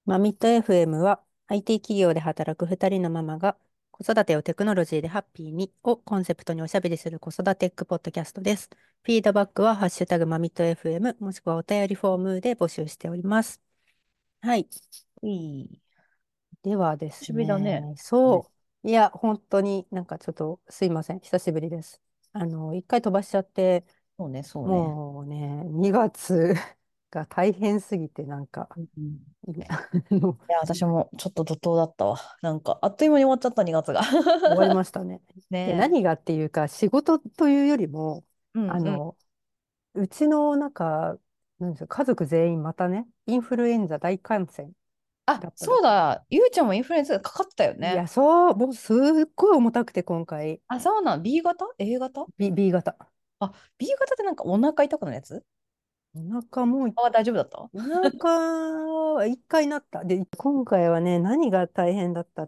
マミット FM は IT 企業で働く2人のママが子育てをテクノロジーでハッピーにをコンセプトにおしゃべりする子育てックポッドキャストです。フィードバックはハッシュタグマミット FM もしくはお便りフォームで募集しております。はい。 いい。 ではです久しぶりだね。 ね。 はい。 いや、本当になんかちょっとすいません。久しぶりです。一回飛ばしちゃって、 そうね、そうね。 もうね、2月が大変すぎてなんか、 うん。 あのいや、私もちょっと怒涛だったわ。なんか、あっという間に終わっちゃった、2月が。 終わりましたね。で、 ね何がっていうか、仕事というよりも、 え。うんうん。 あの、うちのなんですか、家族全員またね、インフルエンザ大感染あ、 だったんですよ。 そうだ。ゆうちゃんもインフルエンザかかってたよね。 いや、そう、もうすっごい重たくて、今回、 あ、そうなん。B 型 ?A 型？ B 型。 あ、B 型ってなんかお腹痛くなるやつ？ お腹もう、 あ、大丈夫だった？ お腹は一回なった。で、今回はね、何が大変だったって、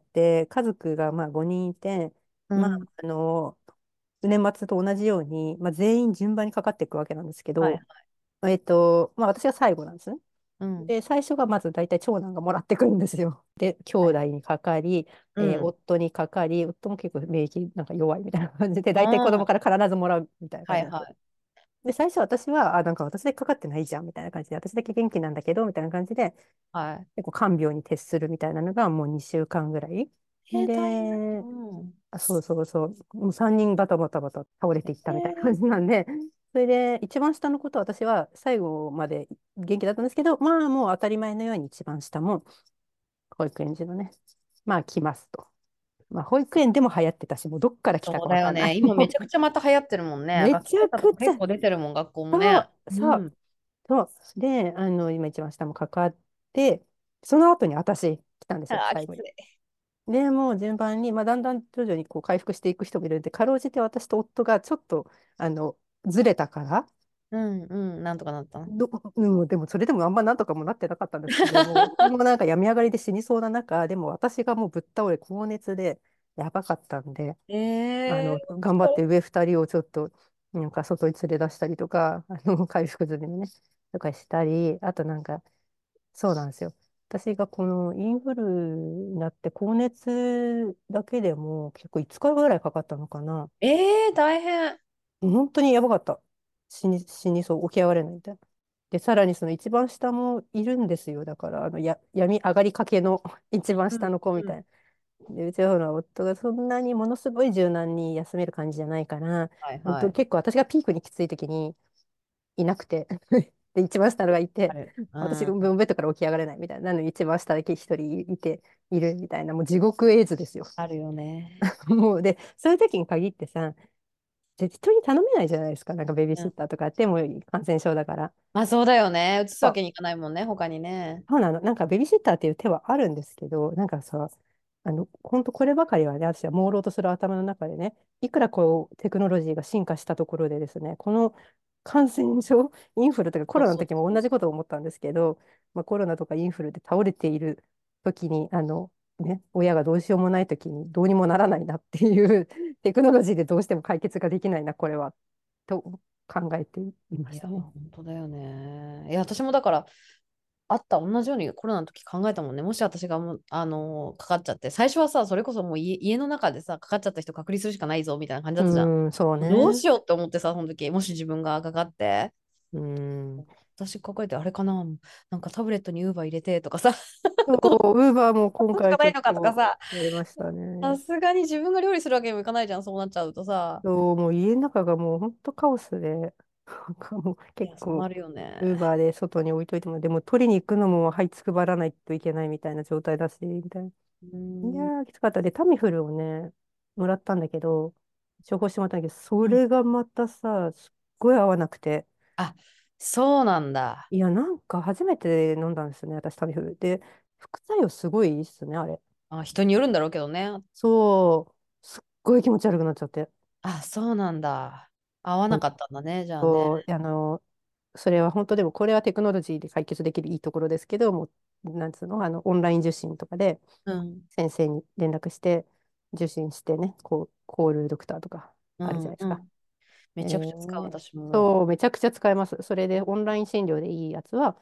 家族がまあ5人いて、まあ、 うん。 年末と同じように、まあ、全員順番にかかっていくわけなんですけはい。 ど、まあ、私が最後なんですね。 うん。 で、最初がまず大体長男がもらってくるんですよ。で、兄はい。 弟にかかり、 うん。 夫にかかり、夫も結構免疫なんか弱いみたいな感じで、 うん。 大体子供はから必ずもらうみたいな感じなんですよ。 いはい。 で、最初私は、なんか私だけかかってないじゃんみたいな感じで、私だけ元気なんだけど、みたいな感じで、 はい。 結構看病に徹するみたいなのがもう2週間ぐらい。 大変。 で、 うん。 そうそうそう、もう3人バタバタバタ倒れていったみたいな感じー、 なんで、それで一番下のことは私は最後まで元気だったんですけど、まあもう当たり前のように一番下も保育園児のね、まあ来ますと。まあ保育園でも流行ってたし、もうどっから来たそうかわかんない。 だよね。今めちゃくちゃまた流行ってるもんね。 めちゃ学生だとくちゃ、 結構出てるもん、学校もね。 そう、 うん。 そう。で、今一番下もかかって、その後に私来たんですよ、 ああ、き最後に。 つい。 で、もう順番に、まあ、だんだん徐々にこう回復していく人もいるんで、かろうじて私と夫がちょっと、ずれたから、 うんうん、なんとかなったの？ でもそれでもあんまなんとかもなってなかったんですけど、もう夫もなんか病み上がりで死にそうな中、でも私がもうぶっ倒れ、高熱でやばかったんで、頑張って上二人をちょっと、なんか外に連れ出したりとか、回復済みにね、とかしたり、あとなんか、そうなんですよ。私がこのインフルになって高熱だけでも結構5日ぐらいかかったのかな。 大変。 本当にやばかった。死にそう、起き上がれないみたいな。で、さらにその一番下もいるんですよ。だから、病み上がりかけの一番うん下の子みうん。 たいな。で、うちのほら夫がそんなにものすごい柔軟に休める感じじゃないから、本当はいはい。 結構私がピークにきつい時にいなくてで、一番下のがいて、 ある。う私がん。 ベッドから起き上がれないみたいな。なのに一番下だけ一人いるみたいな、もう地獄絵図ですよ。 あるよね。 もう、で、そういう時に限ってさ、人に頼めないじゃないですか。なんかベビーうん。 シッターとかっても感染症だから。 まあそうだよね。移すそうわけにいかないもんね、他にね。 そうなの。なんかベビーシッターっていう手はあるんですけど、なんかさ、本当こればかりはね、私は朦朧とする頭の中でね、いくらこう、テクノロジーが進化したところでですね、この感染症、インフルとかコそうロナのそうそう。 時も同じことを思ったんですけど、まあ、コロナとかインフルで倒れている時に、親がどうしようもない時にどうにもならないなっていうテクノロジーでどうしても解決ができないな、これは、と考えていまいや、 したね。 本当だよね。いや、私もだから、同じようにコロナの時考えたもんね。もし私がもう、かかっちゃって、最初はさ、それこそもう家の中でさ、かかっちゃった人隔離するしかないぞみたいな感じだうったじゃん。 ーん、そうどうね。 しようって思ってさ、その時、もし自分がかかって、 うーん。 私抱えてあれかな、なんかタブレットにウーバー入れてとかさ、 そう、ウーバーも今回しかないのかとか結構さ、 やりましたさね。 すがに自分が料理するわけにもいかないじゃん、そうなっちゃうとさ。 そう、もう家の中がもう本当カオスで、なんかもういや、そう結構、 なるよね。 ウーバーで外に置いといても、でも取りに行くのも這いつくばらないといけないみたいな状態だし、みたいな。 うーん。 いやー、きつかった。で、タミフルをね、もらったんだけど、処方してもらったんだけど、そうん。 れがまたさ、すっごい合わなくて、 あ、そうなんだ。 いや、なんか初めて飲んだんですよね、私タミフル。で、副作用すごいいいっすね、あれ。 あ、人によるんだろうけどね。 そう、すっごい気持ち悪くなっちゃって。 あ、そうなんだ。合わなかったんだね、じゃあね。 そうそれは本当でも、これはテクノロジーで解決できるいいところですけども、なんつうの、オンライン受診とかでうん。 先生に連絡して受診してね、こう、コールドクターとかうあるじゃないですか。 んうん。めちゃくちゃ使う、私も。 そう、めちゃくちゃ使えます。それでオンライン診療でいいやつは、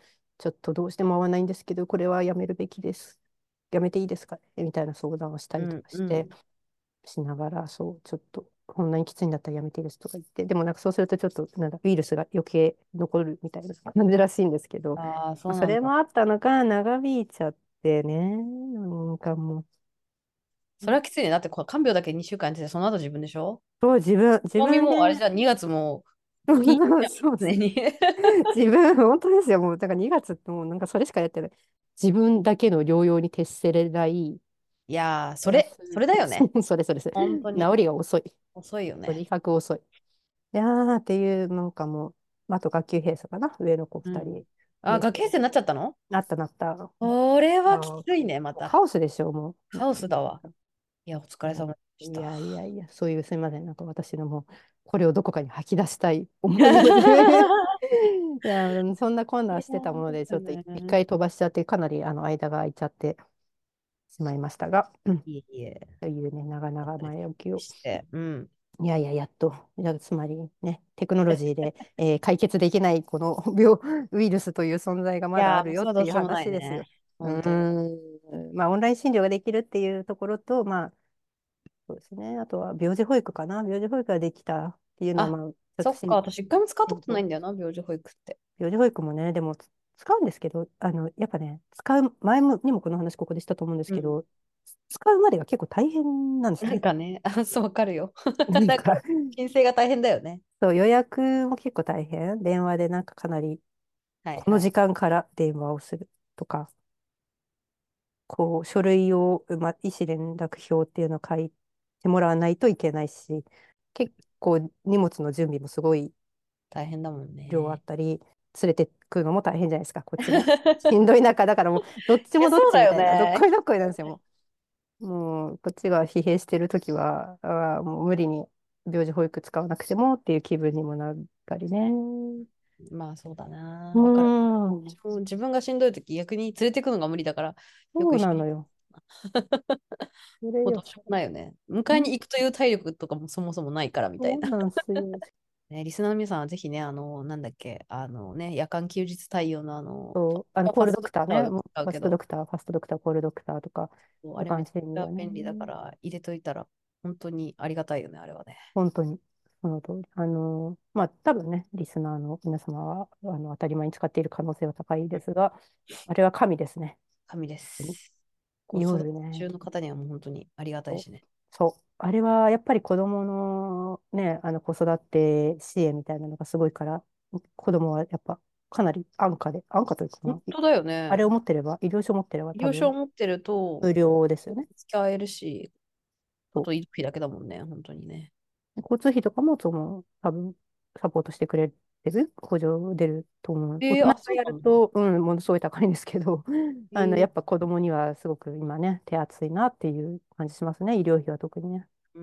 ちょっとどうしても合わないんですけど、これはやめるべきです。やめていいですかねみたいな相談をしたりとうん、 かして、 うん。 しながら、そう、ちょっと、こんなにきついんだったらやめていいですとか言って、でもなんかそうするとちょっと、なんだ、ウイルスが余計残るみたいな感じらしいんですけど、 ああ、 まあ、そそうなんだ。 れもあったのか、長引いちゃってね、なんかもう、 それはきついね。だってこう看病だけ2週間やってて、その後自分でしょ？ そう、自興味分で、 もあれじゃん、2月もピークじゃん、 そうそう、 常に。 自分、本当ですよ、もう、だから2月ってもうなんかそれしかやってない。自分だけの療養に徹せれない、 いやー、それ、 お休それだよね。 み、それそれそれ、治本当に。 りが遅い。 遅いよね。 とにかく遅い。いやーっていう、なんかもう、まあ、あと学級閉鎖かな、上の子うん。 2人あ、 で。 学級閉鎖になっちゃったの？ なったなった。 これはきあーついね、まカた。 オスでしょ、もう。 カオスだわ。いや、お疲れいや様でしいやた。 いやいや、そういうすみません。なんか私のもう、これをどこかに吐き出したい思いでいや、そんなこんないやしてたもので、ちょっと一ー、 回飛ばしちゃって、かなり間が空いちゃってしまいましたが、 いえいえ。 というね、長々前置きを。 して、うん。 いやいや、やっと、いやつまりね、テクノロジーで、解決できないこのウイルスという存在がまだあいやー、もうるよっていうそれはどうしようもない話ですよ。 ね。 う本当に。 ーん、まあ、オンライン診療ができるっていうところと、まあ、そうですね、あとは病児保育かな、病児保育ができたっていうのは、 あ、 まあ、ちょっとそっか、私一回も使ったことないんだよな、病児保育って。 病児保育もね、でも使うんですけど、やっぱね、使う前もにもこの話ここでしたと思うんですうん。 けど、使うまでが結構大変なんですなね。 んかね、あ、そう、わかるよ。 なんか、 なんか、申請が大変だよね。 そう、予約も結構大変。電話でなんかかなりこのはいはい。 時間から電話をするとか、こう、書類を、医師連絡表っていうのを書いてもらわないといけないし、結構荷物の準備もすごい大変だもん量あっね。 たり、連れてくるのも大変じゃないですか、こっちが。しんどい中、だからもう、どっちいや、 もどっそうだよちみたいな、どっこね。 いどっこいなんですよ、もう、こっちが疲弊してるときは、もう無理に病児保育使わなくてもっていう気分にもなったりね。 まあ、そうだな。 うわかる。 ん、 私も自分がしんどいとき、逆に連れてくのが無理だから、よそうく一緒に。 なのよ。それよ。 もうどうしようもないよね。迎えにうん、 行くという体力とかもそもそもないからみたいな。 そうなんですよ。 ね、リスナーの皆さんはぜひね、なんだっけ、夜間休日対応のそう、 私はファコールストドクターをドクターね、 よく使うファけど、 ストドクター、ファストドクター、コールドクターとか、夜間あれめちゃくち診療ね。 ゃ便利だから入れといたら本当にありがたいよね、あれはね。 本当に、その通り。まあ、多分ね、リスナーの皆様は、当たり前に使っている可能性は高いですが、あれは神ですね。 神です。子育て夜ね。 中の方にはもう本当にありがたいそう。 しね。 そう、あれはやっぱり子供のね、子育て支援みたいなのがすごいから、子供はやっぱかなり安価というかな、 本当だよね。 あれを持ってれば、医療証持ってれば医療証を多分持ってると無料ですよね。 使えるし、あそう。 と医療費だけだもんね、本当にね。 交通費とかも多分サポートしてくれてる補助出ると思う。大人あ、 がやそうなんだ。 ると、ものすごい高いんですけど、やっぱえー子供にはすごく今ね、手厚いなっていう感じしますね。医療費は特にね。 うん。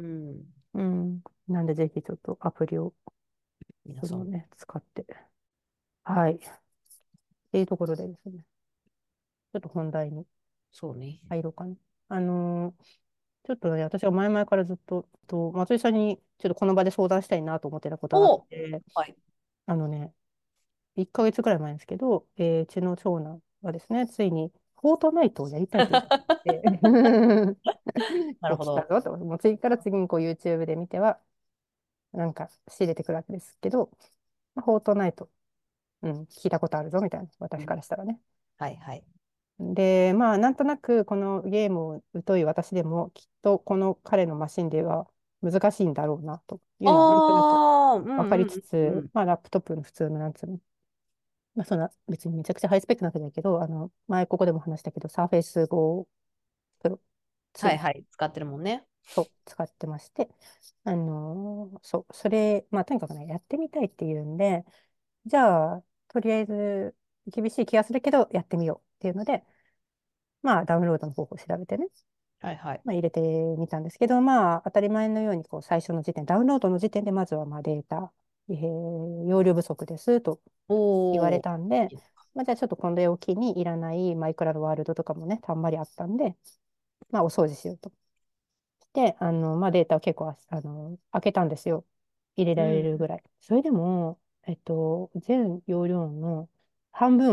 うん。なんでぜひちょっとアプリを皆さん、 そのね、使って。はい。っていうところでですね、ちょっと本題にそうね。 入ろうかな。ちょっとね、私は前々からずっと、松井さんにちょっとこの場で相談したいなと思ってたことがあっお、 て、 はい。 あのね、1ヶ月ぐらい前ですけど、うちの長男がですね、ついに、フォートナイトをやりたいと言ってお、来たなるほど。 ぞと。もう次から次にこう YouTube で見ては、なんか仕入れてくるわけですけど、フォートナイト、聞いたことあるぞみたいな、私うん、 からしたらね。 はいはい。 で、まあ、なんとなくこのゲームを疎い私でも、きっとこの彼のマシンでは難しいんだろうな、というのはなんとなくああ、うん分かりつうんうんうつ、 ん。 まあ、ラップトップの普通の、なんつうの、まあ、そんな、別にめちゃくちゃハイスペックなわけだけど、前ここでも話したけど、サーフェイス Go Pro 2 はいはい。使ってるもんね。 を使ってまして、そう、それ、まあ、とにかくね、やってみたいっていうんで、じゃあ、とりあえず、厳しい気がするけど、やってみようっていうので、まあ、ダウンロードの方法を調べてね、 はいはい。 まあ、入れてみたんですけど、まあ、当たり前のように、こう、最初の時点、ダウンロードの時点で、まずは、まあ、データ、容量不足ですと言われおお。 たんで、まあ、じゃあちょっとこれを機にいらないマイクラのワールドとかもね、たんまりあったんで、まあ、お掃除しようと。で、まあ、データを結構、開けたんですよ。入れられうん。 るぐらい。それでも、全容量の半分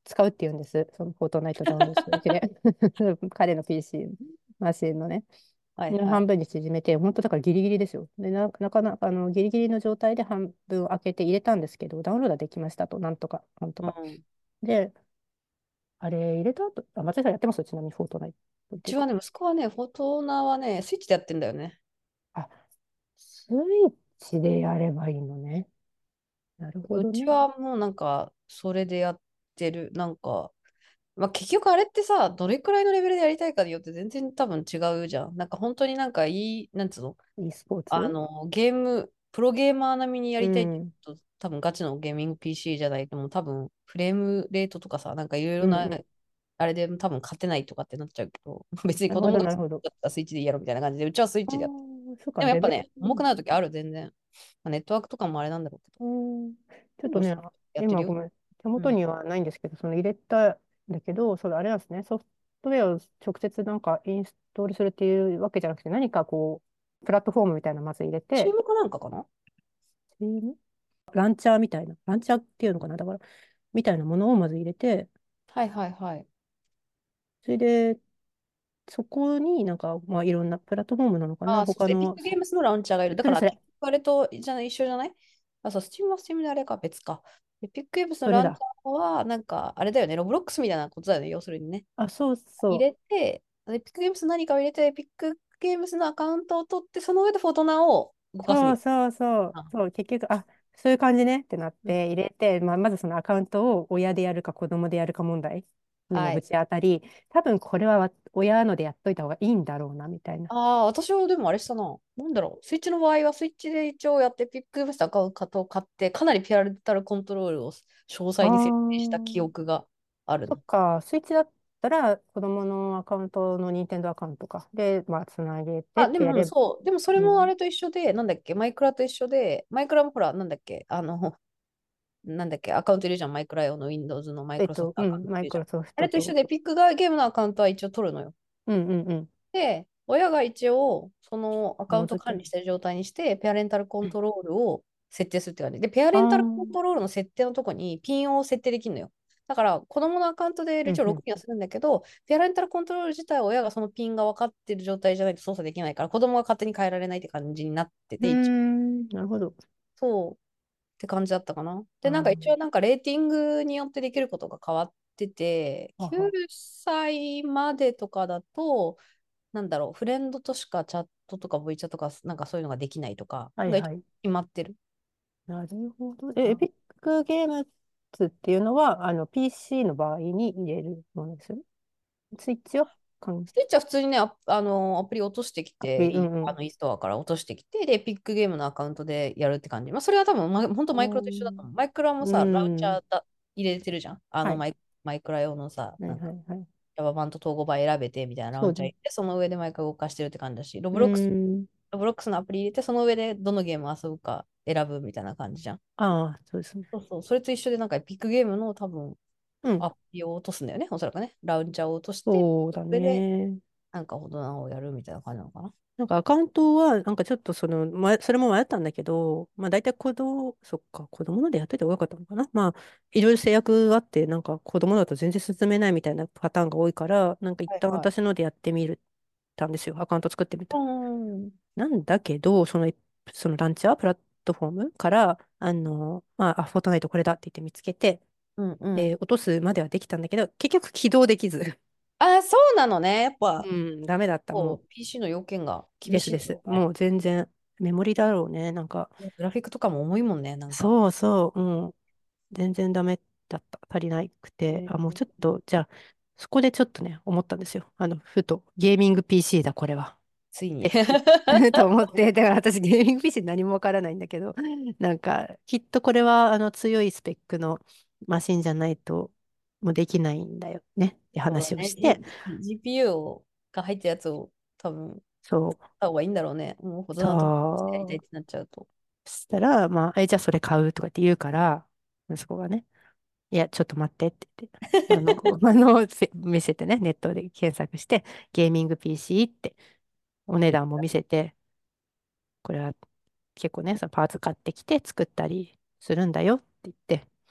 使うって言うんです。そのフォートナイトダウンロードするうちで。彼の PC、マシンのね。 はいはい。 半分に縮めて、本当だからギリギリですよ。で、なかなかギリギリの状態で半分開けて入れたんですけど、ダウンロードはできましたと、なんとか、なんとか。 うん。うで、あれ入れた後、松井さんやってますちなみにフォートナイトっていうか。 ちはね、息子はね、フォトナはね、スイッチでやってんだよね。 あ、スイッチでやればいいのね。なるほうどね。 ちはもうなんか、それでやってる。なんか、まあ、結局あれってさ、どれくらいのレベルでやりたいかによって全然多分違うじゃん。なんか本当になんかいい、なんつうの、 e スポーツ。 プロゲーマー並みにやりたいってうん。 言うと、多分ガチのゲーミング PC じゃないと、もう多分フレームレートとかさ、なんかいろいろな、 うんうん。 あれで多分勝てないとかってなっちゃうけど、別になるほど、 子供がなるほど。 だったらスイッチでやろうみたいな感じで、うちはスイッああ、 チでやって。 そうか、レベル。 でもやっぱね、重くなるときある、全然。まあ、ネットワークとかもあれなんだろうけど。 うん。ちょっとね、 でもやってるよ。 今ごめん、手うん。 元にはないんですけど、その入れたんだけど、それあれなんですね、ソフトウェアを直接なんかインストールするっていうわけじゃなくて、何かこう、プラットフォームみたいなのまず入れて、 チームかなんかかな。 チームランチャーみたいな、ランチャーっていうのかな、だから、みたいなものをまず入れて、 はいはいはい。 それで、そこになんか、まあ、いろんなプラットフォームなのかな、 ああ、そうそう、エピッ他の、 クゲームスのラウンチャーがいる。だから、 それそれ、 あれとじゃない、一緒じゃない。あ、そう、スチームはスチームであれか、別か。エピックゲームスのそれだ。 ラウンチャーは、なんか、あれだよね、ロブロックスみたいなことだよね、要するにね。 あ、そう入それて、エピックゲームス何かを入れて、エピックゲームスのアカウントを取って、その上でフォトナを動かすみたいな。 そう、結局、あ、そういう感じねってなっうん。 て入れて、まあ、まずそのアカウントを親でやるか子供でやるか問題にもぶはい。 ち当たり、多分これは親のでやっといた方がいいんだろうな、みたいな。 ああ、私はでもあれしたな。なんだろう。スイッチの場合はスイッチで一応やってピックベストアカウントを買って、かなりペアレンタルコントロールを詳あ細に設定した記ー、 憶があるな。 そっか、スイッチだったら子供のアカウントの任天堂アカウントか。で、まあ、つなげてっあ、でも、うん、 てやれば、 そう。でもそれうん、 もあれと一緒で、なんだっけ、マイクラと一緒で、マイクラもほら、なんだっけ、なんだっけ、アカウントいるじゃん。マイクラ用の Windows のマイクロソフトアカウントいるじゃん。 マイクロソフあれと一緒で、 トと、 ピックがゲームのアカウントは一応取るのよ。 うん。 で、親が一応、そのアカウント紐付け。 管理してる状態にして、ペアレンタルコントロールを設定するって感じ。で、ペアああ、 レンタルコンうんトロールの設定のとこにピンを設定できるのよ。だから、子供のアカウントで一応ログうん。 インはするんだけど、ペアレンタルコントロール自体は親がそのピンが分かってる状態じゃないと操作できないから、子供が勝手に変えられないって感じになってうーて、一応ん、なるほど。 そうって感じだったかな。で、なんか一応あなんかレーティングによってできることが変わってて、 あ、は 9 は。 歳までとかだと、なんだろう、フレンドとしかチャットとか V チャットとか、なんかそういうのができないとか、なんか一応はいはい。 決まってる。 なるほど。エピッあ、 クゲームズっていうのは、PC の場合に入れるものですよね。スイッチはステッチは普通にね、アプリ落としてきて、 アプリ、うんうん。 インストアから落としてきて、で、エピックゲームのアカウントでやるって感じ。まあ、それは多分、本当うマイクロと一緒だとん。 思う。マイクラもうさ、ラウンチャん。 ー入れてるじゃん。 はい。 マイクラ用のさ、 はいなんか、 はいはい。 Java 版と統合版選べてみたいなラそうですね。 ウンチャー入れて、その上で毎回動かしてるって感じだし、 うん。 ロブロックスのアプリ入れて、その上でどのゲームを遊ぶか選ぶみたいな感じじゃん。 ああ、そうですね。 そうそう、それと一緒で、なんかエピックゲームの多分、 うん。 アプリを落とすんだよね、おそらくね。ラウンチャーを落として、 そうだ上で、 ね。 なんか大人をやるみたいな感じなのかな。 なんかアカウントは、なんかちょっとそれも迷ったんだけど、まあ大体そっか、子供のでやっといた方がよかったのかな。まあ、いろいろ制約があって、なんか子供だと全然進めないみたいなパターンが多いから、なんか一旦はいはい。 私のでやってみるたんですよ。アカウント作ってみうた。 ん。 なんだけど、そのランチャープラットフォームから、まあ、フォートナイトこれだって言って見つけて、 うんうん。 で、落とすまではできたんだけど、結局起動できず。 あ、そうなのね。やっぱ、 うん、ダメだった。もこう、PC の要件がう、 厳しいですです。 のかもう全然、メモリだろうね。なんか、 い。グラフィックとかも重いもんね、なんか。 そうそう、もう、全然ダメだった。足りなくて、あ、もうちょっえと、じゃあ、そこでちょっとね、思ったんですよ。ふと、ゲーミング PC だ、これは。 ついに。 えと思って、だから私ゲーミング PC 何もわからないんだけど、なんか、きっとこれは強いスペックのマシンじゃないと、もうできないんだよねって話をそうだね。 して、 GPU が入ったやつを多分、 そう、 買った方がいいんだろうね。もう大人としてやりたいそう、 ってなっちゃうと。 そしたら、まあ、じゃあそれ買うとかって言うから、息子がね、いや、ちょっと待ってって言って、見せてね、ネットで検索して、ゲーミング PC ってお値段も見せて、これは結構ね、そのパーツ買ってきて作ったりするんだよって言って、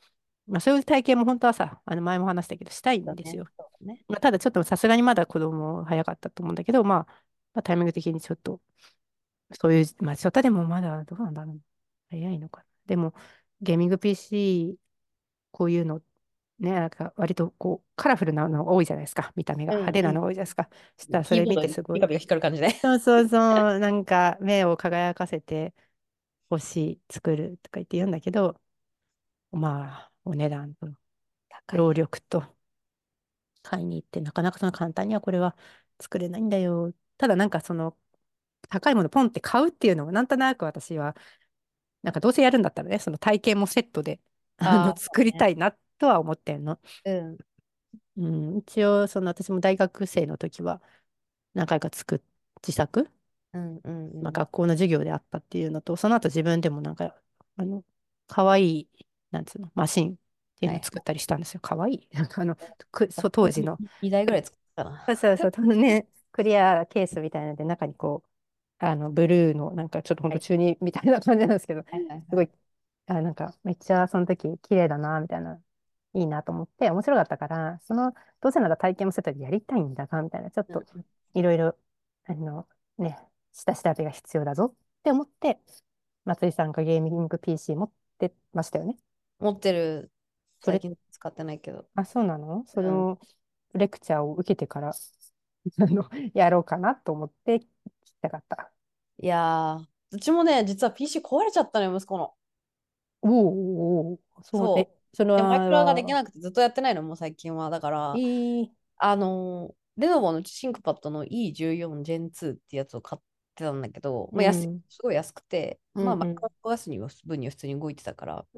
まあそういう体験も本当はさ、前も話したけど、したいそうね。 んですよ。 そうね。 まあ、ただちょっとさすがにまだ子供早かったと思うんだけど、まあタイミング的にちょっと、そういう、まあ、初太でもまだどうなんだろう。早いのかな。でも、ゲーミング PC、こういうの、ね、なんか割とこう、カラフルなの多いじゃないですか。見た目がうんう派手なの多いじゃないですか。そしたん。 らそれキーボードに見てすごい、 ピカピカ光る感じで。 そうそうそう、なんか目を輝かせて欲しい、作るとか言って言うんだけど、まあ、お値段と労高いよ。 力と買いに行って、なかなかその簡単にはこれは作れないんだよ。ただなんかその、高いものポンって買うっていうのもなんとなく私はなんかどうせやるんだったらね、その体験もセットで、 ああ、そ作りうね。 たいなとは思ってんの。 うん。 うん、一応、私も大学生の時は何回か自作、 うんうんうまあ、 ん。 学校の授業であったっていうのと、その後自分でもなんか、可愛い、なんつうの、マシンっていうはい。 のを作ったりしたんですよ。可愛い。なんかそう、当時の、 2台ぐらい作ったかな。 そうそうそう、ね、クリアケースみたいなので、中にこう、ブルーの、なんかちょっと本はい当中二みたいな感じなんですけど、 はいはいはい。 すごい、なんかめっちゃその時綺麗だな、みたいな、いいなと思って、面白かったから、どうせなら体験もセットでやりたいんだな、みたいな、ちょっとうんいろいろ、あの、ね、下調べが必要だぞって思って、松井さんがゲーミング PC 持ってましたよね。 持ってる。 それ、 最近使ってないけど。 あ、そうなの？そうん。 のレクチャーを受けてから、やろうかなと思って聞きたかった。 いやー、うちもね、実は PC 壊れちゃったのよ、息子の。 おーおー、そう、 そう。 それで、マイクラができは、 なくてずっとやってないの、もう最近は。だかえら、 ー、 レノボのシンクパッドの E14 Gen 2ってやつを買ってたんだけど、まあ、 うん、 すごい安くて、まあ、 うん、うん、 マイクロガスには分には普通に動いてたから、 うん。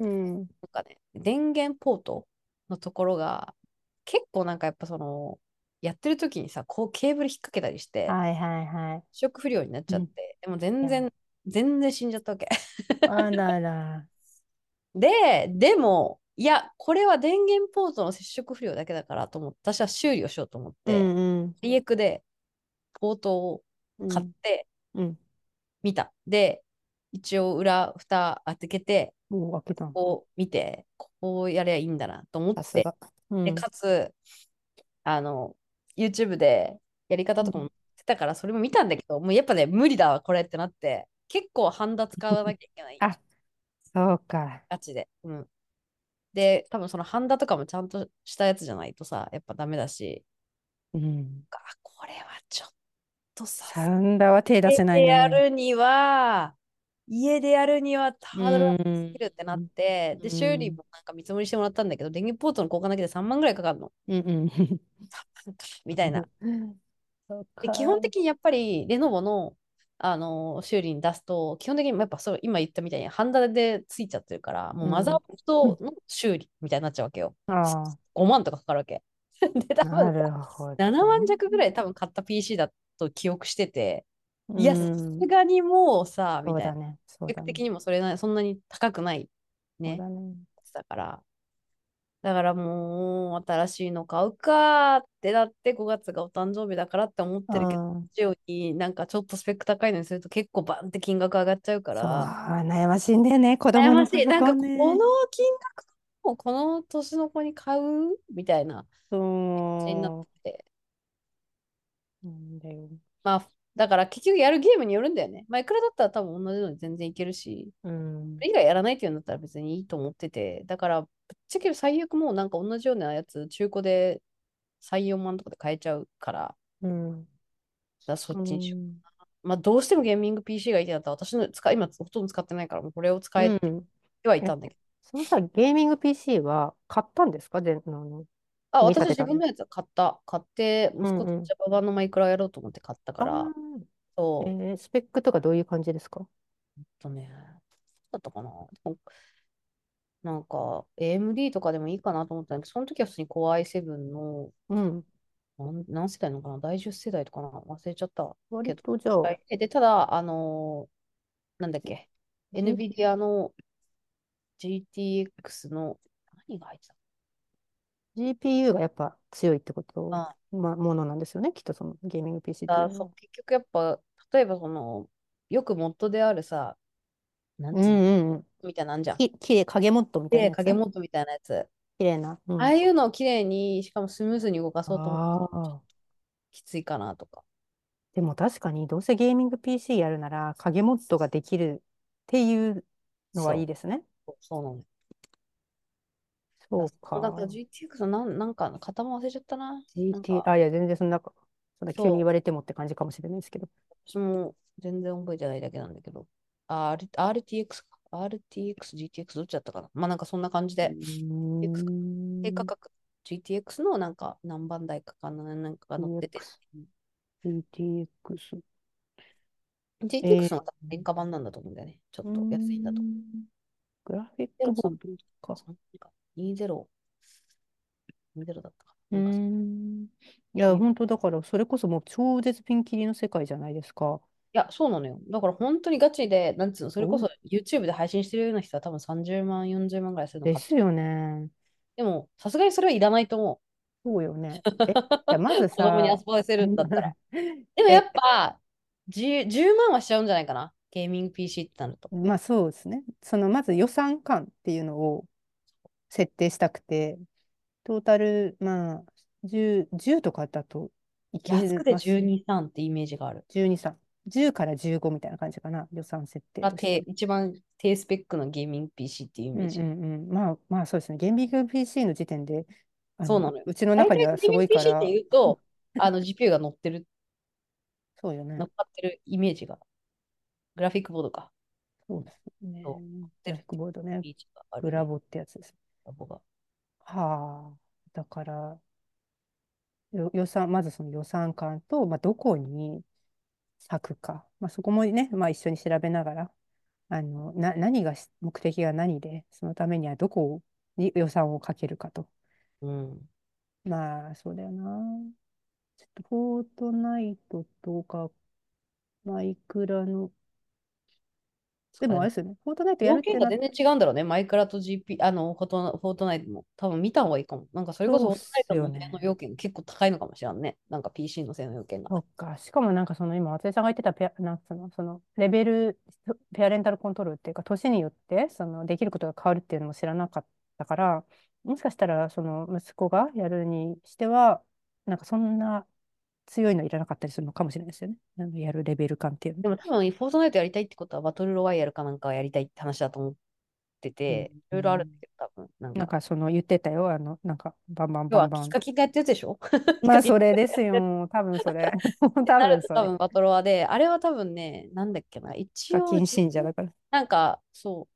なんかね、電源ポートのところが、結構なんかやっぱやってる時にさ、こうケーブル引っ掛けたりして、 はいはいはい。 接触不良になっちうん。いゃって、でもや、 全然死んじゃったわけ。 あらら。 でも、いや、これは電源ポートの接触不良だけだからと思って、私は修理をしようと思っうて、 んうん。 リエクでポートを買っうん。 てうん。 みた。で、一応蓋開けて、 もう開けたの？ こう見て、こうやりゃいいんだなと思って、 さすが。うで、 ん。 かつ、あの、YouTube でやり方うん。 とかも言ってたから、それも見たんだけど、もうやっぱね、無理だわ、これってなって、結構ハンダ使わなきゃいけない。 あ、そうか。 ガチで。うん。で、多分そのハンダとかもちゃんとしたやつじゃないとさ、やっぱダメだし、 うん。 これはちょっとサウンダーは手出せないね。 家でやるにはうハードルが高すん。 ぎるってなって、で、修理うん。 もなんか見積もりしてもらったんだけど、電源ポートの交換だけで3万ぐらいかかるの。 うん。うん。 みたいな。 そうで、基か。 本的にやっぱりレノボの、修理に出すと、基本的にやっぱそう今言ったみたいにハンダでついちゃってるから、もうマザーうん。 ボードの修理みたいになっちゃうわけよ。 ああ、 5万とかかかるわけ。で、多分なるほど 7万弱ぐらいね。 多分買った PC だと記憶してて、 ういや、さすん。 がにもうさ、みたいな。 そうだね。そうだね。 価格的にもそんなに高くないね。 そうだね。 だから、もう新しいの買うかってなって5月がお誕生日だからって思ってるけど、 うん。 一応になんかちょっとスペック高いのにすると結構バンって金額上がっちゃうかそう、 ら、 悩ましいんだよね。子供の悩ましい。 パソコンこのね。 金額をこの年の子に買うみたいな感じになっそて。 う。なんだよ。 まあ、だから結局やるゲームによるんだよね。まあ、いくらだったら多分同じのに全然いけるし、 うん。 それ以外やらないっていうんだったら別にいいと思ってて、だから、ぶっちゃけ最悪もうなんか同じようなやつ、中古で3、4万とかで買えちゃうから、 うん。 そっうちにしよん。 う。まあ、どうしてもゲーミング PC がいいってなったら、私の今ほとんど使ってないから、もうこれを使えてうん。 はいえ、 たんだけど。 そのさ、ゲーミング PC は買ったんですか？ あ、私は組み立てたの？ 自分のやつ買った。買って、息子とうんうん。 Java 版のマイクラやろうと思って買ったかあら、 あ、 そう、 スペックとかどういう感じですか？ ね、だったかな。なんか、AMD とかでもいいかなと思ったんだけど、その時は普通に Core i7 の、 うん。 何世代のかな第10世代とかな忘れちゃった割けど。 とじゃあ、 で、ただ、なんだっけ、 G、 NVIDIA の GTX の、何が入ってた GPU がやっぱ強いってこと、 あものなんですよね。きっとそのゲーミング PC っていうそう、 のは。 結局やっぱ、例えばよくモッドであるさ、なんうつうの、 んうんうん。 みたいなんじゃん。 きれい、影モッドみたいなで、 やつ。 影モッドみたいなやつ。 綺麗な。うああん。 いうのを綺麗に、しかもスムーズに動かそうと思うと、ちょっああ。 ときついかなとか。 でも確かに、どうせゲーミング PC やるなら、影モッドができるっていうのはいいそですね。 そうなの。 そうなんかか。 GTX なんか型も忘れちゃったな。なん GT、 か、 あ、いや、全然そんな急に言そう、 われてもって感じかもしれないですけど。 私も全然覚えてないだけなんだけど、RTX か。RTX、GTX どっちだったかな。まあなんかそんな感じうーで、X 低価ん。 格 GTX のなんか何番台かな、なんかが載ってて、 EX、GTX。 GTX のえー、 多分廉価版なんだと思うんだよね。ちょっうーと安いんだとん。グラフィック思う。 ボードか。 03か。20、20だったかうーな。なんかん。いや、 い本当だから、それこそもう超絶ピンキリの世界じゃないですか。 や、そうなのよ。だから本当にガチで、なんつうの、それこそそう YouTube で配信してるような人は多分30万、40万ぐらいするの買っちゃう。 ですよね。 でも、さすがにそれはいらないと思そうよね。 う。 じゃあまず子供に遊さ、 ばせるんだったら。でもやっえ、 ぱ、10万はしちゃうんじゃないかな。ゲーミング PC ってなると。 まあそうですね。まず予算感っていうのを設定したくて、トータル、まあ、10とかだといけ安くてます。 12、3ってイメージがある。 12、3。10から15みたいな感じかな。予算設定としては。 一番低スペックのゲーミング PC っていうイうんうメージ。 んうん。まあまあそうですね。ゲーミング PC の時点で、 そうなのよ。 うちの大体中にはすごゲーミングいか PC ってら、 言うと、GPU が乗そうよね。 っかってるイメージが、グラフィックボードか。 そうですね。 そう、乗ってグラフィックるっていうボードね。 イメージがあるね。 ブラボってやつです。 ラボが。 はあ。だから、予算、まずその予算感と、まあ、どこに割くか。まあ、そこもね、まあ、一緒に調べながら、何が目的が何で、そのためにはどこに予算をかけるかと。 うん。 まあ、そうだよな。ちょっと、フォートナイトとか、マイクラの、でもあれですよね。フォートナイトやる要ってな、 件が全然違うんだろうね。マイクラと フォートナイトも。多分見た方がいいかも。なんかそれこそそうっフォートナイすトの性能よね。 要件結構高いのかもしれんね。なんか PC の性能要件が。 そっか。しかもなんか今、松井さんが言ってたなんつうの、レベル、ペアレンタルコントロールっていうか、年によって、できることが変わるっていうのも知らなかったから、もしかしたら、息子がやるにしては、なんかそんな強いのいらなかったりするのかもしれないですよね。やるレベル感っていうの。 でも多分、フォートナイトやりたいってことは、バトルロワイヤルかなんかをやりたいって話だと思ってうん。 て、いろいろあるんだうん。 けど、多分、なんか、 なんか言ってたよ。なんか、バンバン要は、 バンバン。 ヒカキンがやってるでしょヒまあ、 カキンそれですよ。多分それ。 って多なる分それ。 と多分バトロワで、あれは多分ね、なんだっけな、一応、 課金信者だから。 なんか、そう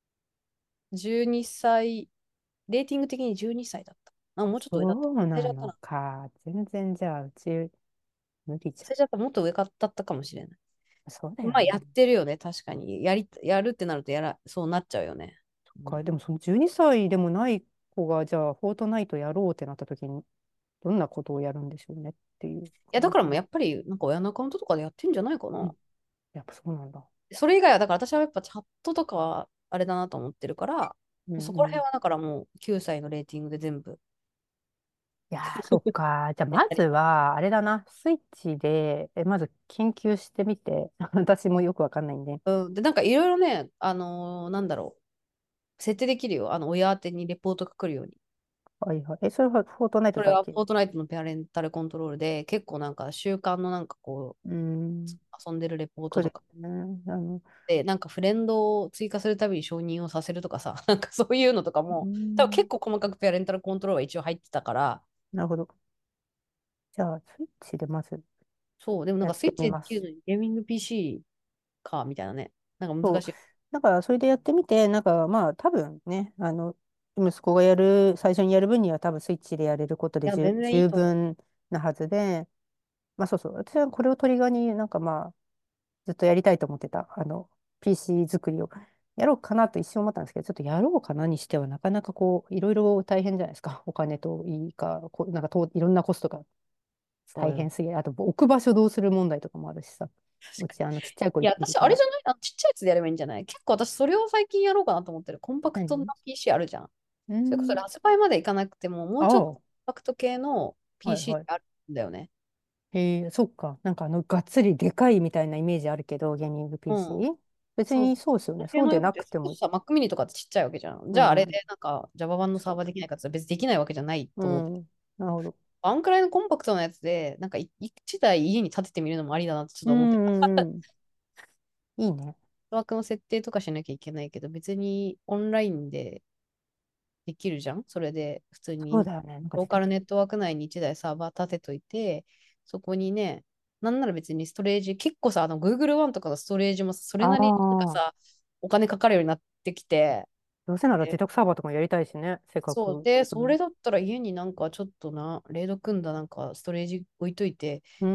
、12歳、レーティング的に12歳だった。あ、もうちょっと上だった。 そうなの忘れちゃったな。 か。全然じゃあ、うち無理じゃ忘れちゃった。もっと上だったかもしれない。 ん。そうだよまあ、やっね。 てるよね、確かに。やるってなるとそうなっちゃうよね。うん、いでもその12歳でもない子が、じゃあ、フォートナイトやろうってなった時に、どんなことをやるんでしょうねっていうや、だからもう感じ。 やっぱり、なんか親のアカウントとかでやってんじゃないかうん。 な。 やっぱそうなんだ。 それ以外は、だから私はやっぱチャットとかはあれだなと思ってるから、そこらうんうん。 辺はだからもう9歳のレーティングで全部。 いやー、そっか。じゃあ、まずは、あれだな。スイッチで、まず研究してみて、私もよくわかんないんで。 うん、で、なんかいろいろね、なんだろう、設定できるよ。親宛てにレポートが来るように。 はいはい。それはフォートナイトそれはだけ？ フォートナイトのペアレンタルコントロールで、結構なんか習慣のなんかこうーん。 う、遊んでるレポート来るとかよね。 で、なんかフレンドを追加するたびに承認をさせるとかさ、なんかそういうのとかうーも、多分結ん。 構細かくペアレンタルコントロールは一応入ってたから、 なるほど。じゃあ、スイッチでまずそう、でもなんやってかスイッチででみます。 きるのにゲーミング PC か、みたいなね。なんかそう。 難しい。 だから、それでやってみて、なんか、まあ、多分ね、息子がやる、最初にやる分には多分スイッチでやれることでいや、全然いい十と思う。 分なはずで、まあ、そうそう。私はこれをトリガーになんかまあ、ずっとやりたいと思ってた、PC 作りをやろうかなと一瞬思ったんですけど、ちょっとやろうかなにしては、なかなかいろいろ大変じゃないですか。お金といいか、なんかいろんなコストがそうよ。 大変すぎる。あと、置く場所どうする問題とかもあるしさ。うち、 確かに。 ちっちゃい子いや、私、あれいるから。 じゃないちっちゃいやつでやればいいんじゃない？結構私、それを最近やろうかなと思ってる。コンパクトな何？ PC あるじゃん。それこそうん。 ラズパイまでいかなくても、もうちょっとコンああ、 パクト系のはい PC っはい。 てあるんだよね。 そっか。なんかがっつりでかいみたいなイメージあるけど、ゲーミングう PC？ ん。 別そう。 にそうですよね。そうで性能良くて、 なくても。 それこそさ、Mac mini とかってちっちゃいわけじゃん。じゃああれうん。 でなんか Java 版のサーバーできないかって言ったら別にできないわけじゃないと思って。 うん。なるほど。 あんくらいのコンパクトなやつで、なんか一台家に立ててみるのもありだなってちょっうと思ってた。 ん。うん。いいね。 枠の設定とかしなきゃいけないけど、別にオンラインでできるじゃん。それで普通にそうだよね。なんかローカルネットワーク内に1台サーバー立てといて、そこにね、なんなら別にストレージ、結構さ、Google One とかのストレージもそれあなりになんかあ、 さ、お金かかるようになってきて、 どうせなら自で宅サーバーとかもやりたいしね。せっかそう。 く。 で、 うん。 それだったら家になんかちょっとな、レード組んだなんかストレージ置いといて、 うん。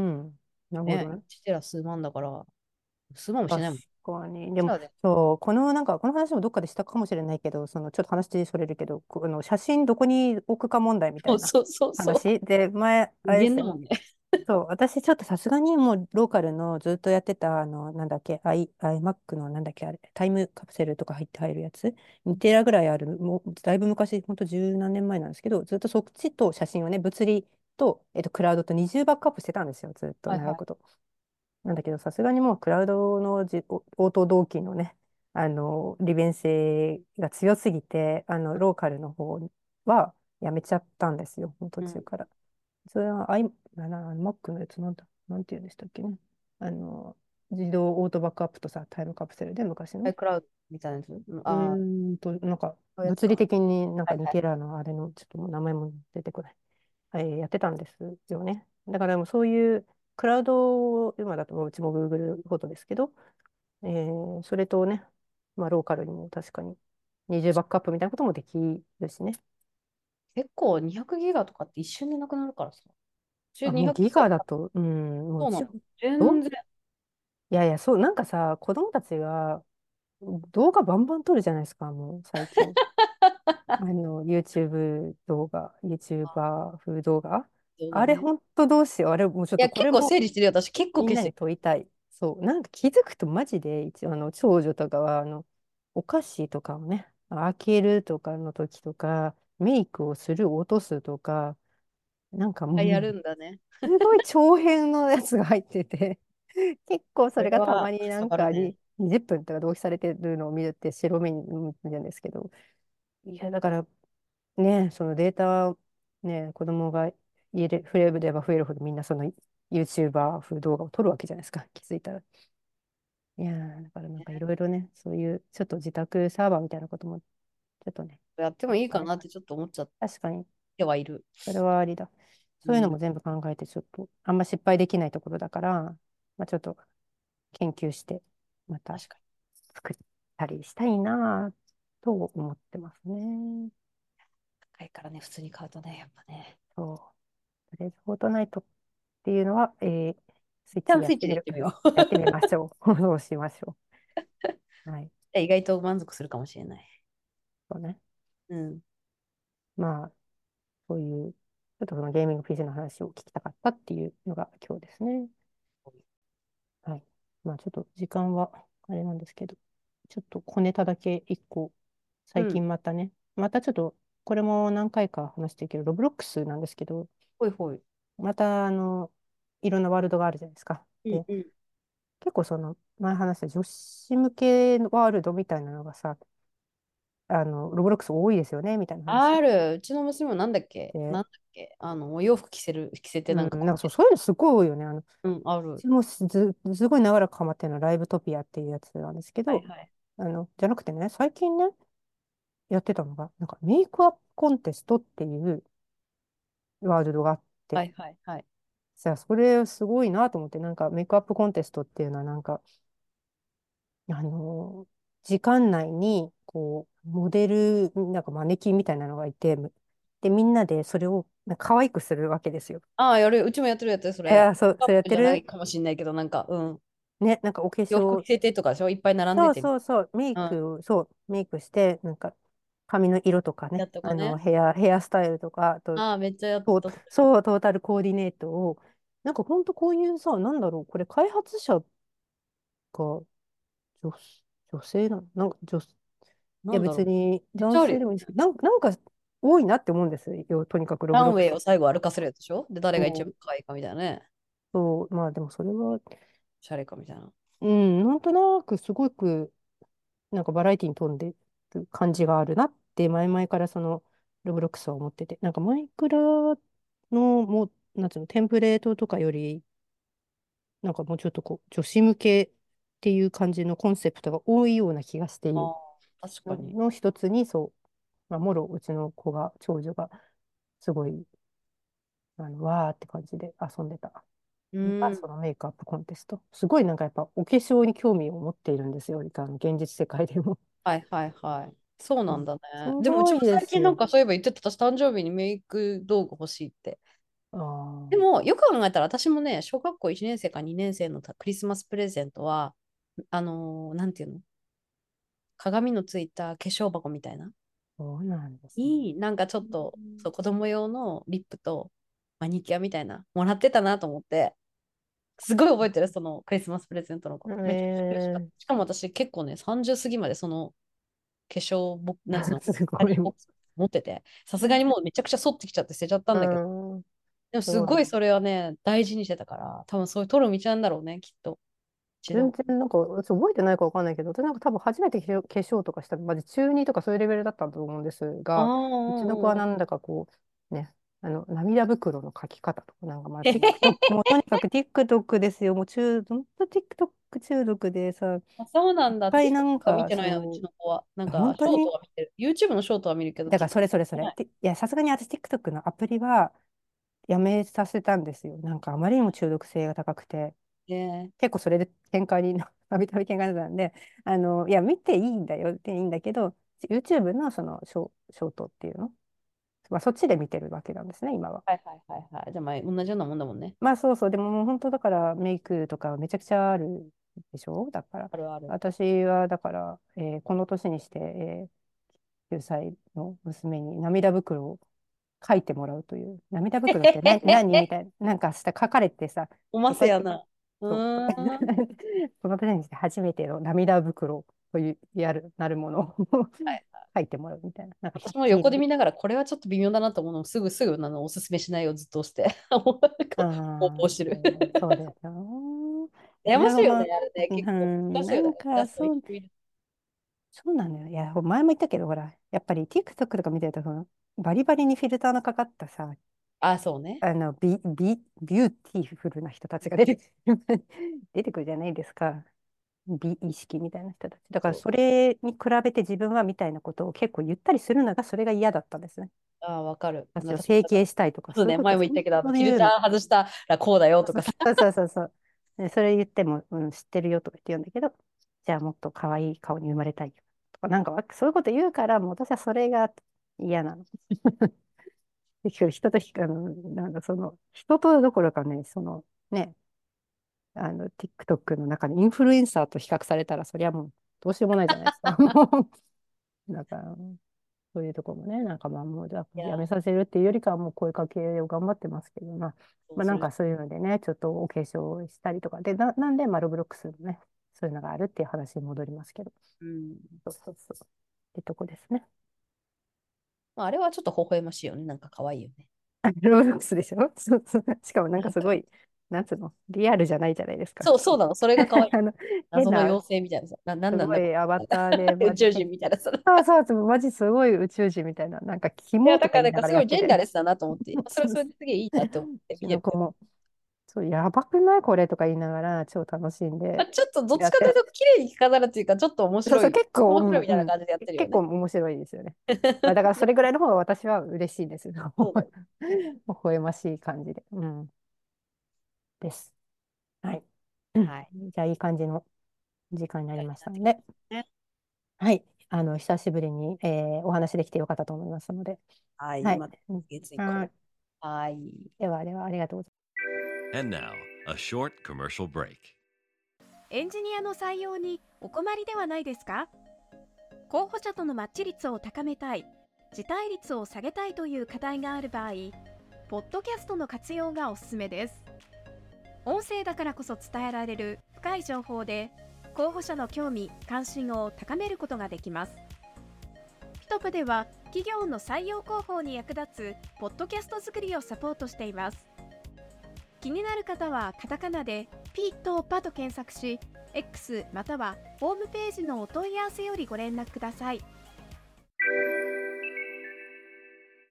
なるほどね、 ね。 1テラ数万だから、数万もし確ないもん。 かに。でも、 じゃあね。 そう、この話もどっかでしたかもしれないけど、ちょっと話それるけど、写真どこに置くか問題みたいなそうそうそうそう。 話で、前、あ無れですよね。 限だもんね。 そう、私ちょっとさすがにもうローカルのずっとやってた、なんだっけ、iMac のなんだっけ、あれ、タイムカプセルとか入るやつ、2テラぐらいある、もうだいぶ昔、ほんと十何年前なんですけど、ずっとそっちと写真をね、物理と、クラウドと二重バックアップしてたんですよ、ずっとはいはい。 長いこと。なんだけど、さすがにもうクラウドの応答同期のね、利便性が強すぎて、ローカルの方はやめちゃったんですよ、途うん。 中から。それは、Mac のやつなんて言うんでしたっけね。あの、自動オートバックアップとさ、タイムカプセルで昔の。 iCloud みたいなやつ。うん、ああ、 なんか、物理そういうやつか。 的になんかはいはい。 似てるあれの、ちょっともう名前も出てこない。やってたんですよね。だからもうそういうクラウド、今だとうちも Google フォトですけど、それとね、まあローカルにも確かに二重バックアップみたいなこともできるしね。 結構200ギガとかって一瞬でなくなるからさ。 あ、もう 200ギギガとか、 ガだと、うん、もうそうなの。 ど全然。 いやいや、そう、なんかさ、子供たちが動画バンバン撮るじゃないですか、もう最近。YouTube 動画、YouTuber 風動画。あれ、 動画ね。 ほんとどうしよう。あれ、もうちょっいや、結構とこれも整理してるよ。私結構消してる。 みんなに問いたい。そう、なんか気づくとマジで、一応、長女とかは、お菓子とかをね、開けるとかの時とか、メイクをする、落とすとか、なんかあ、やもう、 るんだね。 すごい長編のやつが入ってて、結構そこれれがたまはかになんかさばるね。 20分とか同期されてるのを見るって白目に見るんですけど、いや、だからね、そのデータ、ね、子供が増えれば増えるほどみんなその YouTuber 風動画を撮るわけじゃないですか、気づいたら。いやー、だからなんかいろいろね、そういうちょっと自宅サーバーみたいなこともちょっとね、 やってもいいかなってちょっと思っちゃっ確かにてはいる。 それはありだ。 うん。 そういうのも全部考えてちょっとあんま失敗できないところだから、まあ、ちょっと研究してまた確かに。 作ったりしたいなと思ってますね。 高いからね、普通に買うとね、やっぱね。 そう。とりあえずフォートナイトっていうのは、スイッチ一旦スイッでやってみる。 チでやってみよやってみましょう。そうしましょう。はい。 う。意外と満足するかもしれない。 そうね。 うん。 まあ、そういう、ちょっとそのゲーミング PC の話を聞きたかったっていうのが今日ですね。はい。まあ、ちょっと時間はあれなんですけど、ちょっと小ネタだけ一個、最うん。 近またね、またちょっと、これも何回か話してるけど、ロブロックスなんですけど、 ほいほい。 また、いろんなワールドがあるじゃないですか。で、 うんうん。 結構前話した女子向けのワールドみたいなのがさ、ロブロックス多いですよね、みたいな話ある。うちの娘もなんだっけで、 なんだっけお洋服着せてなんかうん、なんかそういうのすごい多いよね。 うん、ある。 うちもすごい長らくハマってるのはライブトピアっていうやつなんですけど、 はいはい。 じゃなくてね、最近ね、やってたのが、なんかメイクアップコンテストっていうワールドがあって、 はいはいはい。 じゃあそれすごいなと思って、なんかメイクアップコンテストっていうのはなんか、あのー時間内に、こう、モデル、なんかマネキンみたいなのがいて、で、みんなでそれをなんか可愛くするわけですよ。 ああ、やる。うちもやってるやつ、それ。 そう、それやっカップじゃないてるかもしれないけど、なんか、うん。 ね、なんかお化粧、 洋服着せてとかでしょいっぱい並んでそうて。 そうそう、 うん。 メイクして、なんか髪の色とかね、 やっとかね。 ヘアスタイルとか、あと、 ああ、めっちゃやっそう、 た。 トータルコーディネートを、なんか本当こういうさ、なんだろう、これ開発者が女、女性なのなんかいやなんだろう。 別に男めっちゃあるよ。 性でもいいんですけど、なんか多いなって思うんですよ、とにかくロランウブロックス。 ェイを最後歩かせるやつでしょで、誰が一そう、 番可愛いかみたいなね。 そう、まあでもそれは、 おしゃれかみたいな。 うん、なんとなくすごく、なんかバラエティに富んでる感じがあるなって、前々からその、ロブロックスは思ってて、なんかマイクラの、もう、なんつうの、テンプレートとかより、なんかもうちょっとこう、女子向けっていう感じのコンセプトが多いような気がしているああ、確かに。 の一つに、そう、まあ、もろうちの子が、長女が、すごい、わーって感じで遊んでた。 うが、 ん。 そのメイクアップコンテスト。すごいなんかやっぱお化粧に興味を持っているんですよ。現実世界でも。 はいはいはい。そううん、 なんだすね。でもうちもごいで最近なんすよ。 かそういえば言ってた、私誕生日にメイク道具欲しいって。 あー、 でもよく考えたら私もね、小学校1年生か2年生のクリスマスプレゼントは、なんていうの、鏡のついた化粧箱みたいな。 そうなんですね。 なんかちょっと、そう、子供用のリップとマニキュアみたいな、もらってたなと思って、すごい覚えてる、そのクリスマスプレゼントのこと。めちゃくちゃ嬉しかった。 えしかも私結構ね、30過ぎまでその化粧なんつうの、 すごい。 光ボックス持ってて、さすがにもうめちゃくちゃ反ってきちゃって捨てちゃったんだけど、 うん、 でもすごい。 すごいそれはね、大事にしてたから、多分そういう取る道なんだろうね、きっと。一度。 全然なんか、覚えてないかわかんないけど、私なんか多分初めて化粧とかしたの、まず中2とかそういうレベルだったと思うんですああ、 が、うちの子はうんうん。 なんだかこう、ね、涙袋の描き方とか、なんかまあ、 へへへ TikTok、もうとにかく TikTok ですよ。もうほんと TikTok 中毒でさ、いっあ、そうなんだ。 ぱい TikTok なんか、 は見てないな、うちその子は。なんう、 か、ショート本当に、 は見てる。YouTube のショートは見るけど、 だから TikTok それそれそれ。 見てない。 いや、さすがに私 TikTok のアプリはやめさせたんですよ。なんかあまりにも中毒性が高くて。 ね結構それで喧嘩にたびたび喧嘩になったんで、いや、見ていいんだよっていいんだけど、YouTube のそのショートっていうの、まあ、そっちで見てるわけなんですね、今は。 はいはいはいはい。じゃあ、まあ、同じようなもんだもんね。 まあそうそう、でももう本当だからメイクとかめちゃくちゃあるでしょ。だから、 あるある。 私はだから、この年にして、9歳の娘に涙袋を書いてもらうという、涙袋って何みたいな、なんか書かれてさ、 おまで、こうやって、 せやな。うそう、 ーん。 この年にして初めての涙袋という、なるものをはい。 書いてもらうみたいな。なんか私も 100均。 横で見ながら、これはちょっと微妙だなと思うのをすぐおすすめしないをずっと押して、 あ応募あ、 してる。 そうですよ。 悩ましいよね、 それがまあ、 あれね、 う結構難ん、 しいよね。 なんか、 出すのにそう、 低いです。 そうなんだよ。いや、前も言ったけど、ほら、やっぱり TikTok とか見てると、そのバリバリにフィルターのかかったさ、 あ、そうね。 ビューティフルな人たちが出てくる出てくるじゃないですか。美意識みたいな人たち。だからそう。 それに比べて自分はみたいなことを結構言ったりするのがそれが嫌だったんですね。 あ、わかる。 私を私もだから、 整形したいとか、 そうね、 そういうことを本前も言ったけど、フィルタ当に言うの。 ー外したらこうだよとかさ。 そうそうそうそう。でそれ言っても、知ってるよとか言って言うんだけど、じゃあもっと可愛い顔に生まれたいよとか、なんかそういうこと言うから、もう私はそれが嫌なの。結局人となんだ、その、人とどころかね、その、ね、TikTok の中にインフルエンサーと比較されたら、そりゃもうどうしようもないじゃないですか。だから、そういうところもね、なんかまあもういや、 やめさせるっていうよりかはもう声かけを頑張ってますけど、 そうそれ、 なんかそういうのでね、ちょっとお化粧したりとか、で、なんで、ロブロックスのね、そういうのがあるっていう話に戻りますけど、 うん。 そうそうそう。ってとこですね。 まあ、あれはちょっと微笑ましいよね。なんか可愛いよね。 ロブロックスでしょ。そうそう。しかもなんなんか、 かすごい、なんつうの、リアルじゃないじゃないですか。 そうなの。それが可愛い。 あの、変な、 謎の妖精みたいなさ。なんすなんだこごいアバれ。 ターで、 宇宙人みたいなさ。 そうそうそう、マジすごい宇宙人みたいな、なんかいや、 肝とか言いなだからなんかすがらやってて。 ごいジェンダーレスだなと思って、それはそれですげえいいなって思ってうち見てるけど。 の子も、そう、やばくないこれとか言いながら、超楽しんでまあ、ちょっとどっちかというやって、 と綺麗に着飾るっていうか、ちょっと面そうそう、 白い。 結構、 面白いみたいな感じでやってるよ結構ね。 面白いですよね。まあ、だからそれぐらいの方が私は嬉しいですよ。 そうだよ。 微笑ましい感じで。です。はい。 はい。 じゃあ、いい感じの時間になりみたいにましたので、 なってきたね。 はい。久しぶりに、お話できてよかったと思いますので、 はい。 はい。 また月以降。 はい。 はい。 では、ありがとうございます。 And now, a short commercial break. エンジニアの採用にお困りではないですか？候補者とのマッチ率を高めたい、辞退率を下げたいという課題がある場合、ポッドキャストの活用がおすすめです。音声だからこそ伝えられる深い情報で、候補者の興味・関心を高めることができます。ピトプでは企業の採用広報に役立つポッドキャスト作りをサポートしています。気になる方はカタカナでピーとパと検索し、 X またはホームページのお問い合わせよりご連絡ください。